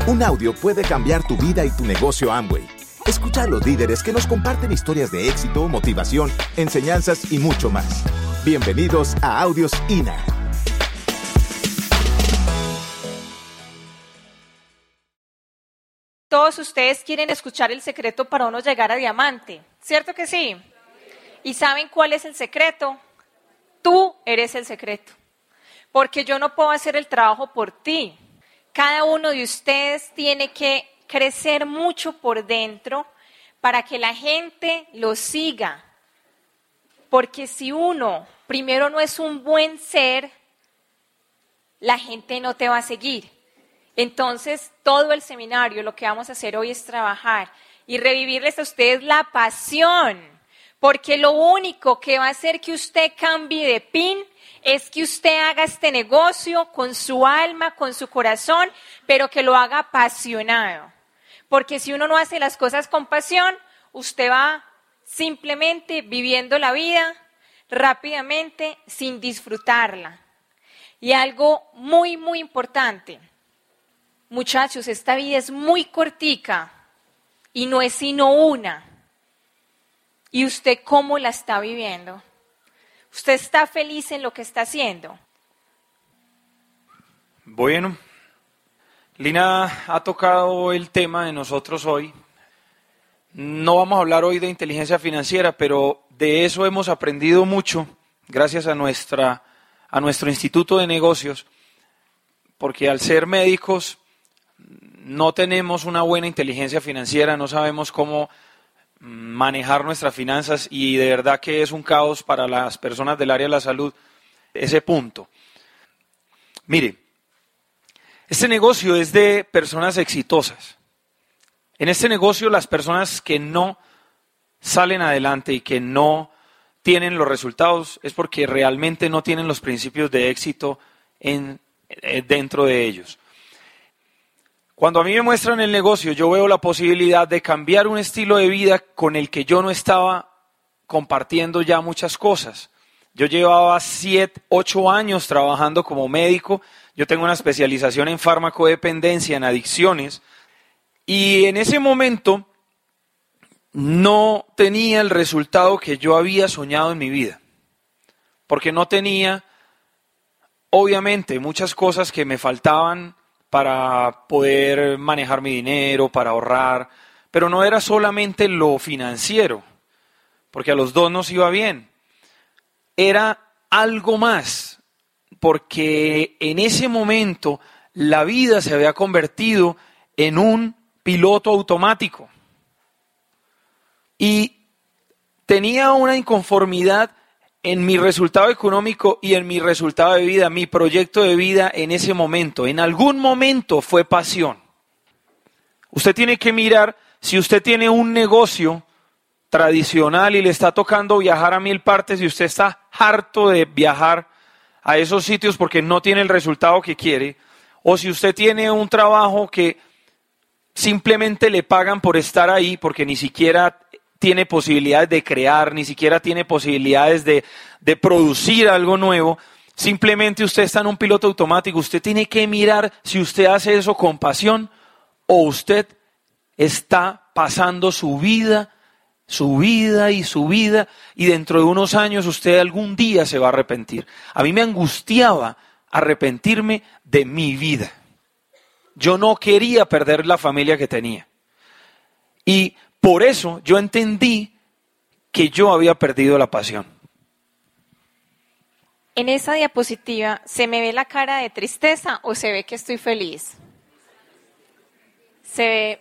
Un audio puede cambiar tu vida y tu negocio Amway. Escucha a los líderes que nos comparten historias de éxito, motivación, enseñanzas y mucho más. Bienvenidos a Audios INA. Todos ustedes quieren escuchar el secreto para uno llegar a diamante, ¿cierto que sí? ¿Y saben cuál es el secreto? Tú eres el secreto, porque yo no puedo hacer el trabajo por ti. Cada uno de ustedes tiene que crecer mucho por dentro para que la gente lo siga. Porque si uno primero no es un buen ser, la gente no te va a seguir. Entonces, todo el seminario, lo que vamos a hacer hoy es trabajar y revivirles a ustedes la pasión. Porque lo único que va a hacer que usted cambie de pin es que usted haga este negocio con su alma, con su corazón, pero que lo haga apasionado. Porque si uno no hace las cosas con pasión, usted va simplemente viviendo la vida rápidamente sin disfrutarla. Y algo muy, muy importante. Muchachos, esta vida es muy cortica y no es sino una. ¿Y usted cómo la está viviendo? ¿Usted está feliz en lo que está haciendo? Bueno, Lina ha tocado el tema de nosotros hoy. No vamos a hablar hoy de inteligencia financiera, pero de eso hemos aprendido mucho gracias a nuestro Instituto de Negocios, porque al ser médicos no tenemos una buena inteligencia financiera, no sabemos cómo manejar nuestras finanzas y de verdad que es un caos para las personas del área de la salud ese punto. Mire, este negocio es de personas exitosas. En este negocio las personas que no salen adelante y que no tienen los resultados es porque realmente no tienen los principios de éxito dentro de ellos. Cuando a mí me muestran el negocio, yo veo la posibilidad de cambiar un estilo de vida con el que yo no estaba compartiendo ya muchas cosas. Yo llevaba 7, 8 años trabajando como médico, yo tengo una especialización en farmacodependencia, en adicciones, y en ese momento no tenía el resultado que yo había soñado en mi vida, porque no tenía, obviamente, muchas cosas que me faltaban para poder manejar mi dinero, para ahorrar, pero no era solamente lo financiero, porque a los dos nos iba bien. Era algo más, porque en ese momento la vida se había convertido en un piloto automático. Y tenía una inconformidad en mi resultado económico y en mi resultado de vida, mi proyecto de vida en ese momento. En algún momento fue pasión. Usted tiene que mirar, si usted tiene un negocio tradicional y le está tocando viajar a 1000 partes y usted está harto de viajar a esos sitios porque no tiene el resultado que quiere, o si usted tiene un trabajo que simplemente le pagan por estar ahí porque ni siquiera tiene posibilidades de crear, ni siquiera tiene posibilidades de producir algo nuevo, simplemente usted está en un piloto automático. Usted tiene que mirar si usted hace eso con pasión o usted está pasando su vida y dentro de unos años usted algún día se va a arrepentir. A mí me angustiaba arrepentirme de mi vida. Yo no quería perder la familia que tenía. Y por eso yo entendí que yo había perdido la pasión. En esa diapositiva, ¿se me ve la cara de tristeza o se ve que estoy feliz? Se ve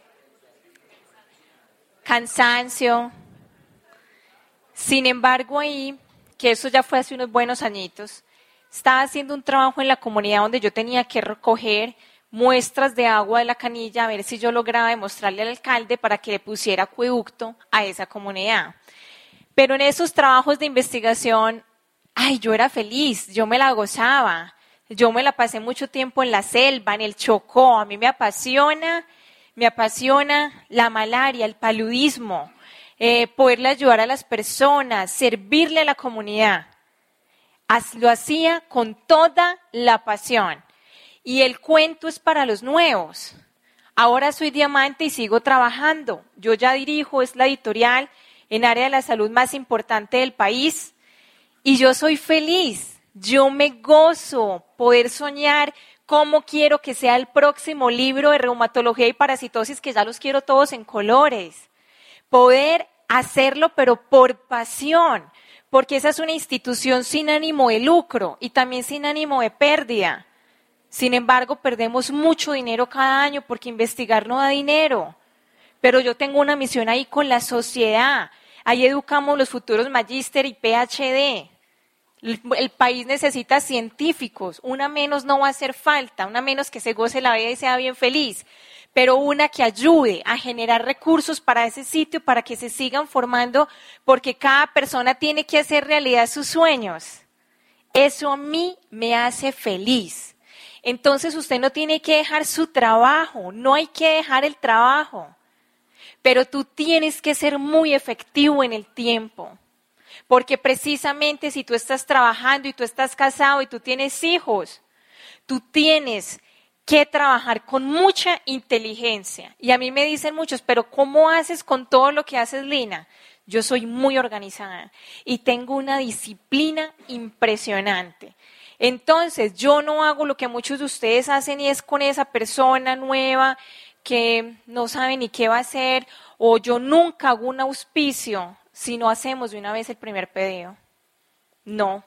cansancio. Sin embargo, ahí, que eso ya fue hace unos buenos añitos, estaba haciendo un trabajo en la comunidad donde yo tenía que recoger muestras de agua de la canilla a ver si yo lograba demostrarle al alcalde para que le pusiera acueducto a esa comunidad. Pero en esos trabajos de investigación, yo era feliz, yo me la gozaba, yo me la pasé mucho tiempo en la selva, en el Chocó. A mí me apasiona la malaria, el paludismo, poderle ayudar a las personas, servirle a la comunidad. Lo hacía con toda la pasión. Y el cuento es para los nuevos. Ahora soy diamante y sigo trabajando. Yo ya dirijo, es la editorial en área de la salud más importante del país y yo soy feliz. Yo me gozo poder soñar cómo quiero que sea el próximo libro de reumatología y parasitosis, que ya los quiero todos en colores. Poder hacerlo, pero por pasión, porque esa es una institución sin ánimo de lucro y también sin ánimo de pérdida. Sin embargo, perdemos mucho dinero cada año porque investigar no da dinero. Pero yo tengo una misión ahí con la sociedad. Ahí educamos los futuros magíster y PhD. El país necesita científicos. Una menos no va a hacer falta, una menos que se goce la vida y sea bien feliz. Pero una que ayude a generar recursos para ese sitio, para que se sigan formando, porque cada persona tiene que hacer realidad sus sueños. Eso a mí me hace feliz. Entonces usted no tiene que dejar su trabajo, no hay que dejar el trabajo, pero tú tienes que ser muy efectivo en el tiempo, porque precisamente si tú estás trabajando y tú estás casado y tú tienes hijos, tú tienes que trabajar con mucha inteligencia. Y a mí me dicen muchos, pero ¿cómo haces con todo lo que haces, Lina? Yo soy muy organizada y tengo una disciplina impresionante. Entonces, yo no hago lo que muchos de ustedes hacen y es con esa persona nueva que no sabe ni qué va a hacer, o yo nunca hago un auspicio si no hacemos de una vez el primer pedido. No,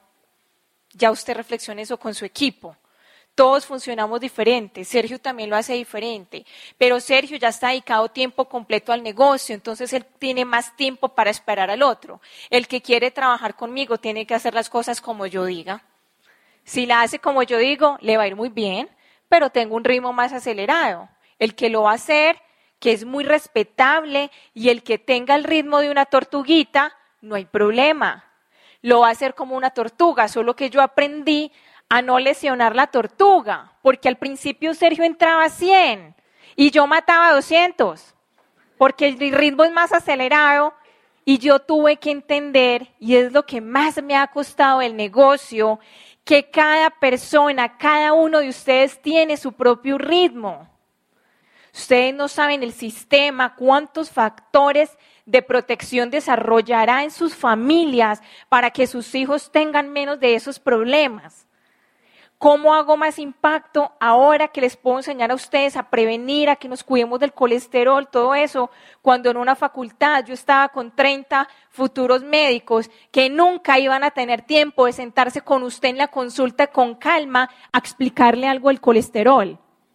ya usted reflexione eso con su equipo. Todos funcionamos diferente, Sergio también lo hace diferente, pero Sergio ya está dedicado tiempo completo al negocio, entonces él tiene más tiempo para esperar al otro. El que quiere trabajar conmigo tiene que hacer las cosas como yo diga. Si la hace como yo digo, le va a ir muy bien, pero tengo un ritmo más acelerado. El que lo va a hacer, que es muy respetable, y el que tenga el ritmo de una tortuguita, no hay problema. Lo va a hacer como una tortuga, solo que yo aprendí a no lesionar la tortuga, porque al principio Sergio entraba a 100 y yo mataba a 200, porque el ritmo es más acelerado y yo tuve que entender, y es lo que más me ha costado el negocio, que cada persona, cada uno de ustedes tiene su propio ritmo. Ustedes no saben el sistema, cuántos factores de protección desarrollará en sus familias para que sus hijos tengan menos de esos problemas. ¿Cómo hago más impacto ahora que les puedo enseñar a ustedes a prevenir, a que nos cuidemos del colesterol, todo eso? Cuando en una facultad yo estaba con 30 futuros médicos que nunca iban a tener tiempo de sentarse con usted en la consulta con calma a explicarle algo del colesterol.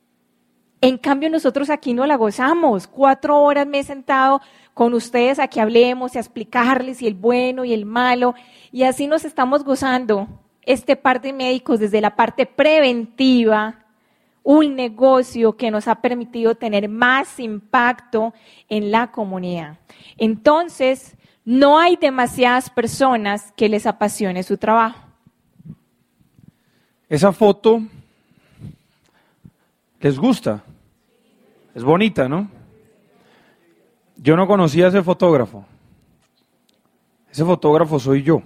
En cambio nosotros aquí no la gozamos. 4 horas me he sentado con ustedes a que hablemos y a explicarles y el bueno y el malo, y así nos estamos gozando. Este par de médicos desde la parte preventiva, un negocio que nos ha permitido tener más impacto en la comunidad. Entonces, no hay demasiadas personas que les apasione su trabajo. Esa foto les gusta, es bonita, ¿no? Yo no conocía a ese fotógrafo. Ese fotógrafo soy yo.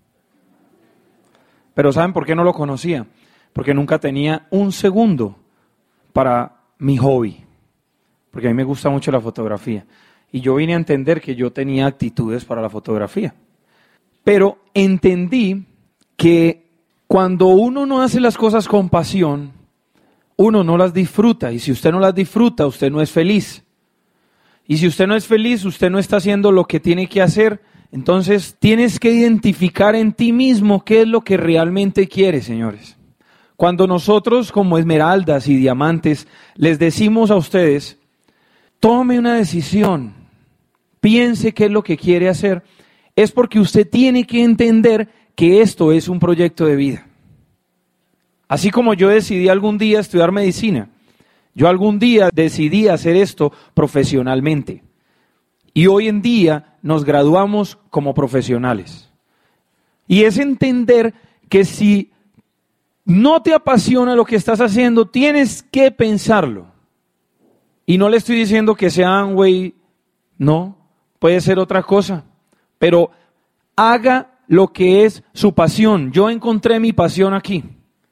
Pero ¿saben por qué no lo conocía? Porque nunca tenía un segundo para mi hobby. Porque a mí me gusta mucho la fotografía. Y yo vine a entender que yo tenía actitudes para la fotografía. Pero entendí que cuando uno no hace las cosas con pasión, uno no las disfruta. Y si usted no las disfruta, usted no es feliz. Y si usted no es feliz, usted no está haciendo lo que tiene que hacer. Entonces tienes que identificar en ti mismo qué es lo que realmente quieres, señores. Cuando nosotros como esmeraldas y diamantes les decimos a ustedes, tome una decisión, piense qué es lo que quiere hacer, es porque usted tiene que entender que esto es un proyecto de vida. Así como yo decidí algún día estudiar medicina, yo algún día decidí hacer esto profesionalmente. Y hoy en día nos graduamos como profesionales. Y es entender que si no te apasiona lo que estás haciendo, tienes que pensarlo. Y no le estoy diciendo que sea Amway, no, puede ser otra cosa. Pero haga lo que es su pasión. Yo encontré mi pasión aquí.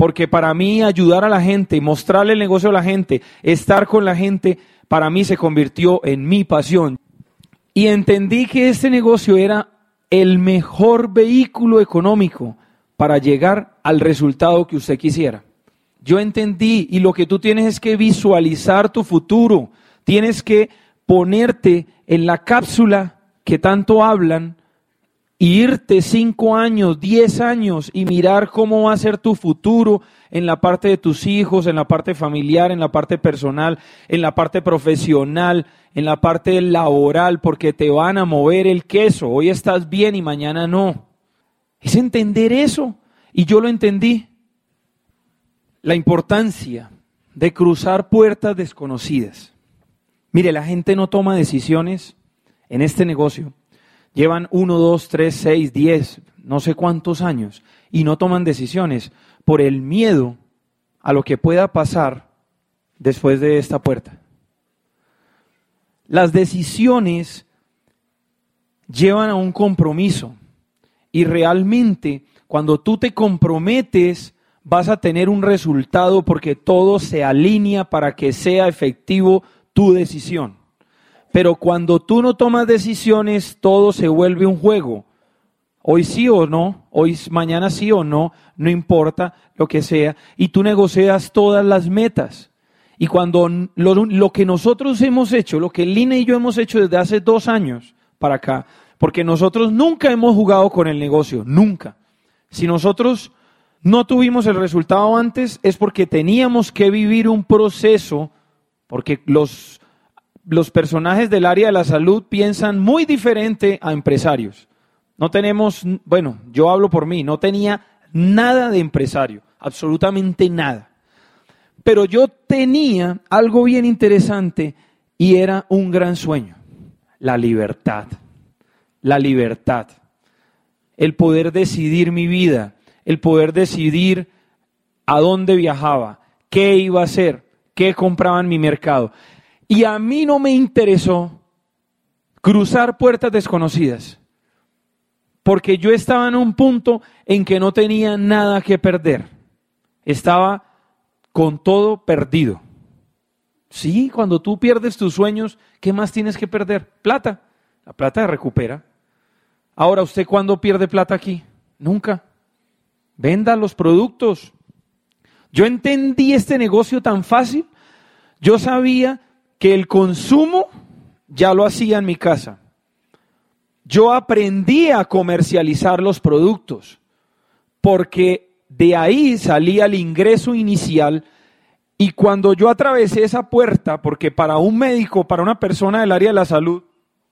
porque para mí ayudar a la gente, mostrarle el negocio a la gente, estar con la gente, para mí se convirtió en mi pasión. Y entendí que este negocio era el mejor vehículo económico para llegar al resultado que usted quisiera. Yo entendí, y lo que tú tienes es que visualizar tu futuro, tienes que ponerte en la cápsula que tanto hablan, y irte 5 años, 10 años y mirar cómo va a ser tu futuro en la parte de tus hijos, en la parte familiar, en la parte personal, en la parte profesional, en la parte laboral, porque te van a mover el queso. Hoy estás bien y mañana no. Es entender eso. Y yo lo entendí. La importancia de cruzar puertas desconocidas. Mire, la gente no toma decisiones en este negocio. Llevan 1, 2, 3, 6, 10, no sé cuántos años y no toman decisiones por el miedo a lo que pueda pasar después de esta puerta. Las decisiones llevan a un compromiso y realmente cuando tú te comprometes vas a tener un resultado porque todo se alinea para que sea efectivo tu decisión. Pero cuando tú no tomas decisiones, todo se vuelve un juego. Hoy sí o no, mañana sí o no, no importa lo que sea. Y tú negocias todas las metas. Y cuando lo que nosotros hemos hecho, lo que Lina y yo hemos hecho desde hace 2 años para acá, porque nosotros nunca hemos jugado con el negocio, nunca. Si nosotros no tuvimos el resultado antes, es porque teníamos que vivir un proceso, porque los personajes del área de la salud piensan muy diferente a empresarios. No tenemos, bueno, yo hablo por mí, no tenía nada de empresario, absolutamente nada. Pero yo tenía algo bien interesante y era un gran sueño, la libertad. La libertad, el poder decidir mi vida, el poder decidir a dónde viajaba, qué iba a hacer, qué compraba en mi mercado. Y a mí no me interesó cruzar puertas desconocidas, porque yo estaba en un punto en que no tenía nada que perder. Estaba con todo perdido. Sí, cuando tú pierdes tus sueños, ¿qué más tienes que perder? Plata. La plata se recupera. Ahora, ¿usted cuándo pierde plata aquí? Nunca. Venda los productos. Yo entendí este negocio tan fácil. Yo sabía que el consumo ya lo hacía en mi casa. Yo aprendí a comercializar los productos porque de ahí salía el ingreso inicial y cuando yo atravesé esa puerta, porque para un médico, para una persona del área de la salud,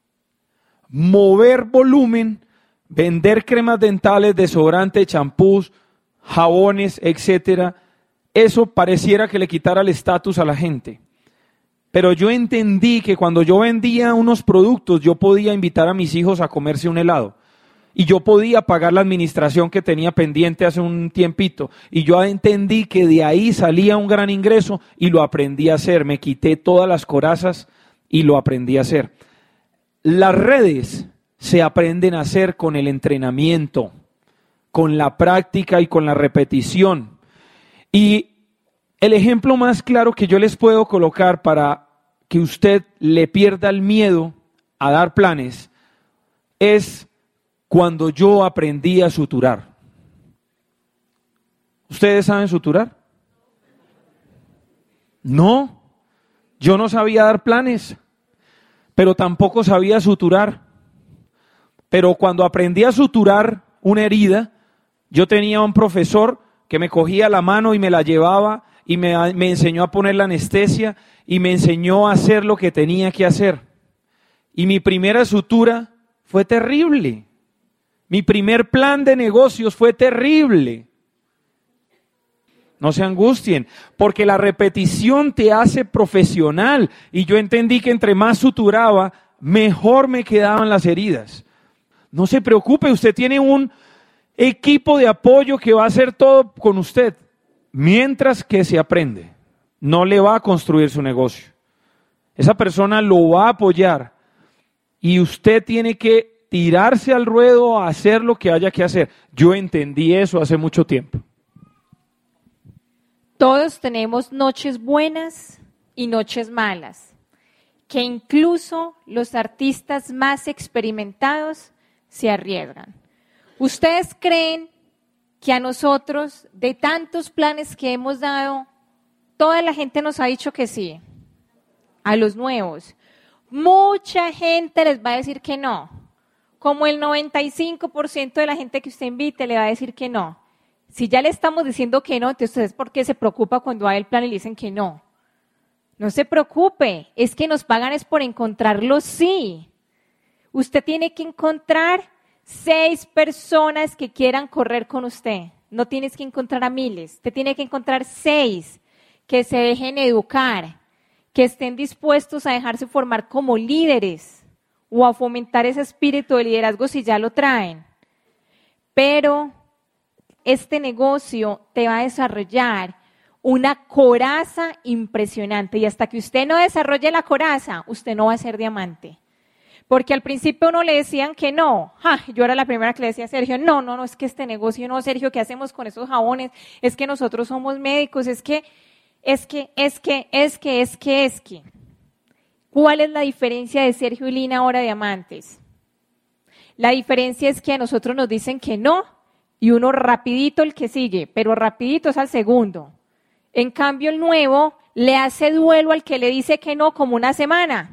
mover volumen, vender cremas dentales, desodorante, champús, jabones, etcétera, eso pareciera que le quitara el estatus a la gente. Pero yo entendí que cuando yo vendía unos productos, yo podía invitar a mis hijos a comerse un helado. Y yo podía pagar la administración que tenía pendiente hace un tiempito. Y yo entendí que de ahí salía un gran ingreso y lo aprendí a hacer. Me quité todas las corazas y lo aprendí a hacer. Las redes se aprenden a hacer con el entrenamiento, con la práctica y con la repetición. Y el ejemplo más claro que yo les puedo colocar para que usted le pierda el miedo a dar planes es cuando yo aprendí a suturar. ¿Ustedes saben suturar? No, yo no sabía dar planes, pero tampoco sabía suturar. Pero cuando aprendí a suturar una herida, yo tenía un profesor que me cogía la mano y me la llevaba y me enseñó a poner la anestesia y me enseñó a hacer lo que tenía que hacer. Y mi primera sutura fue terrible. Mi primer plan de negocios fue terrible. No se angustien, porque la repetición te hace profesional. Y yo entendí que entre más suturaba, mejor me quedaban las heridas. No se preocupe, usted tiene un equipo de apoyo que va a hacer todo con usted. Mientras que se aprende, no le va a construir su negocio. Esa persona lo va a apoyar y usted tiene que tirarse al ruedo a hacer lo que haya que hacer. Yo entendí eso hace mucho tiempo. Todos tenemos noches buenas y noches malas, que incluso los artistas más experimentados se arriesgan. ¿Ustedes creen que a nosotros, de tantos planes que hemos dado, toda la gente nos ha dicho que sí? A los nuevos. Mucha gente les va a decir que no. Como el 95% de la gente que usted invite le va a decir que no. Si ya le estamos diciendo que no, entonces ¿por qué se preocupa cuando hay el plan y le dicen que no? No se preocupe, es que nos pagan es por encontrarlo sí. Usted tiene que encontrar 6 personas que quieran correr con usted. No tienes que encontrar a miles, usted tiene que encontrar 6 que se dejen educar, que estén dispuestos a dejarse formar como líderes o a fomentar ese espíritu de liderazgo si ya lo traen. Pero este negocio te va a desarrollar una coraza impresionante y hasta que usted no desarrolle la coraza, usted no va a ser diamante. Porque al principio uno le decían que no. Yo era la primera que le decía a Sergio, no, es que este negocio no, Sergio, ¿qué hacemos con esos jabones? Es que nosotros somos médicos, es que. ¿Cuál es la diferencia de Sergio y Lina ahora diamantes? La diferencia es que a nosotros nos dicen que no y uno rapidito el que sigue, pero rapidito es al segundo. En cambio el nuevo le hace duelo al que le dice que no como una semana.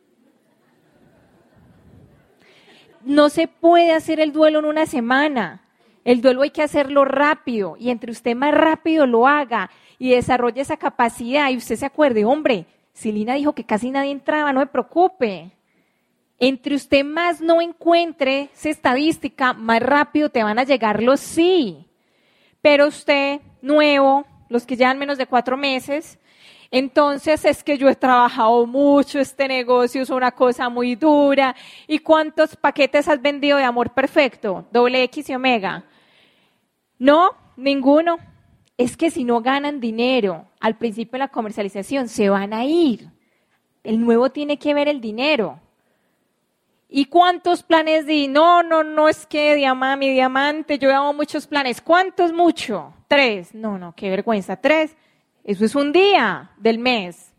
No se puede hacer el duelo en una semana. El duelo hay que hacerlo rápido y entre usted más rápido lo haga y desarrolle esa capacidad y usted se acuerde, hombre, si Lina dijo que casi nadie entraba, no se preocupe. Entre usted más no encuentre esa estadística, más rápido te van a llegar los sí. Pero usted, nuevo, los que llevan menos de 4 meses, entonces es que yo he trabajado mucho, este negocio es una cosa muy dura. ¿Y cuántos paquetes has vendido de Amor Perfecto? XX y Omega. No, ninguno. Es que si no ganan dinero al principio de la comercialización, se van a ir. El nuevo tiene que ver el dinero. ¿Y cuántos planes di? No, es que mi diamante, yo hago muchos planes. ¿Cuántos mucho? 3. No, qué vergüenza. 3. Eso es un día del mes.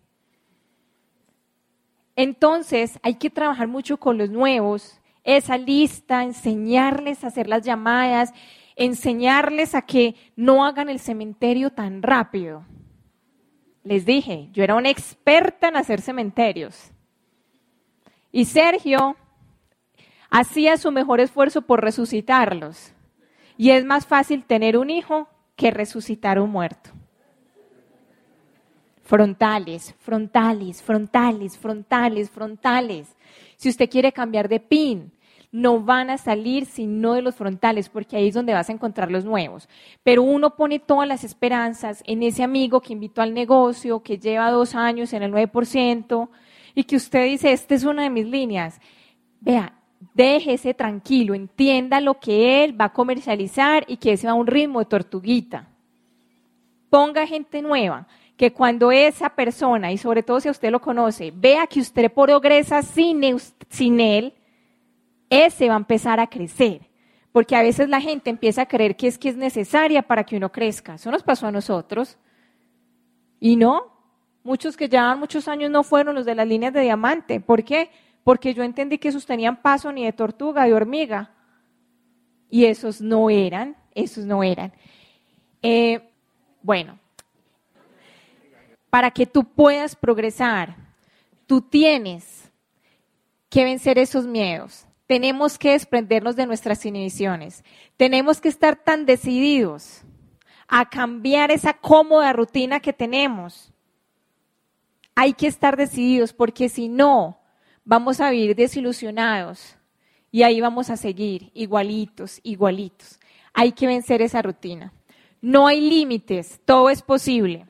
Entonces, hay que trabajar mucho con los nuevos, esa lista, enseñarles a hacer las llamadas, enseñarles a que no hagan el cementerio tan rápido. Les dije, yo era una experta en hacer cementerios. Y Sergio hacía su mejor esfuerzo por resucitarlos. Y es más fácil tener un hijo que resucitar un muerto. Frontales. Si usted quiere cambiar de PIN, no van a salir sino de los frontales, porque ahí es donde vas a encontrar los nuevos. Pero uno pone todas las esperanzas en ese amigo que invitó al negocio, que lleva 2 años en el 9%, y que usted dice, esta es una de mis líneas. Vea, déjese tranquilo, entienda lo que él va a comercializar y que ese va a un ritmo de tortuguita. Ponga gente nueva, que cuando esa persona, y sobre todo si usted lo conoce, vea que usted progresa sin él, ese va a empezar a crecer. Porque a veces la gente empieza a creer que es necesaria para que uno crezca. Eso nos pasó a nosotros. Y no, muchos que llevan muchos años no fueron los de las líneas de diamante. ¿Por qué? Porque yo entendí que esos tenían paso ni de tortuga, de hormiga. Y esos no eran. Bueno, para que tú puedas progresar, tú tienes que vencer esos miedos. Tenemos que desprendernos de nuestras inhibiciones. Tenemos que estar tan decididos a cambiar esa cómoda rutina que tenemos. Hay que estar decididos porque si no, vamos a vivir desilusionados y ahí vamos a seguir igualitos. Hay que vencer esa rutina. No hay límites, todo es posible.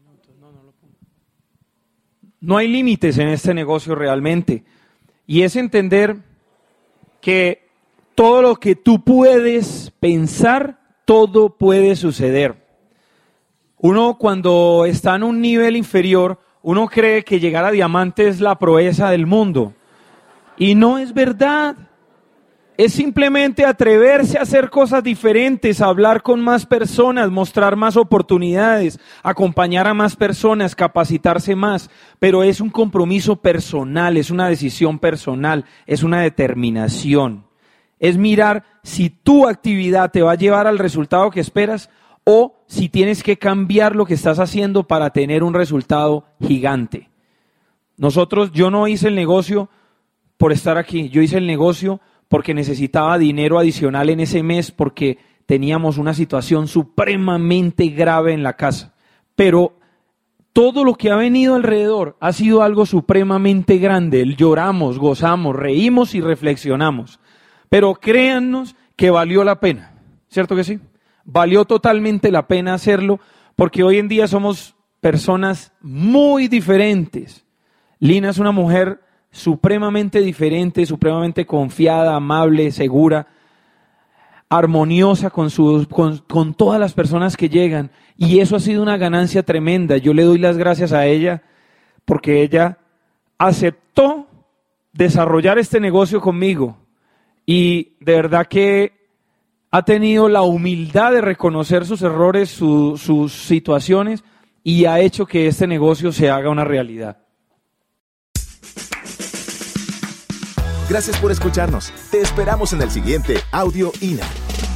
No hay límites en este negocio realmente. Y es entender que todo lo que tú puedes pensar, todo puede suceder. Uno cuando está en un nivel inferior, uno cree que llegar a diamante es la proeza del mundo. Y no es verdad. es simplemente atreverse a hacer cosas diferentes, a hablar con más personas, mostrar más oportunidades, acompañar a más personas, capacitarse más. Pero es un compromiso personal, es una decisión personal, es una determinación. Es mirar si tu actividad te va a llevar al resultado que esperas o si tienes que cambiar lo que estás haciendo para tener un resultado gigante. Yo no hice el negocio por estar aquí, yo hice el negocio porque necesitaba dinero adicional en ese mes porque teníamos una situación supremamente grave en la casa. Pero todo lo que ha venido alrededor ha sido algo supremamente grande. Lloramos, gozamos, reímos y reflexionamos. Pero créannos que valió la pena, ¿cierto que sí? Valió totalmente la pena hacerlo porque hoy en día somos personas muy diferentes. Lina es una mujer supremamente diferente, supremamente confiada, amable, segura, armoniosa con todas las personas que llegan. Y eso ha sido una ganancia tremenda. Yo le doy las gracias a ella porque ella aceptó desarrollar este negocio conmigo. Y de verdad que ha tenido la humildad de reconocer sus errores, sus situaciones y ha hecho que este negocio se haga una realidad. Gracias por escucharnos. Te esperamos en el siguiente Audio INA.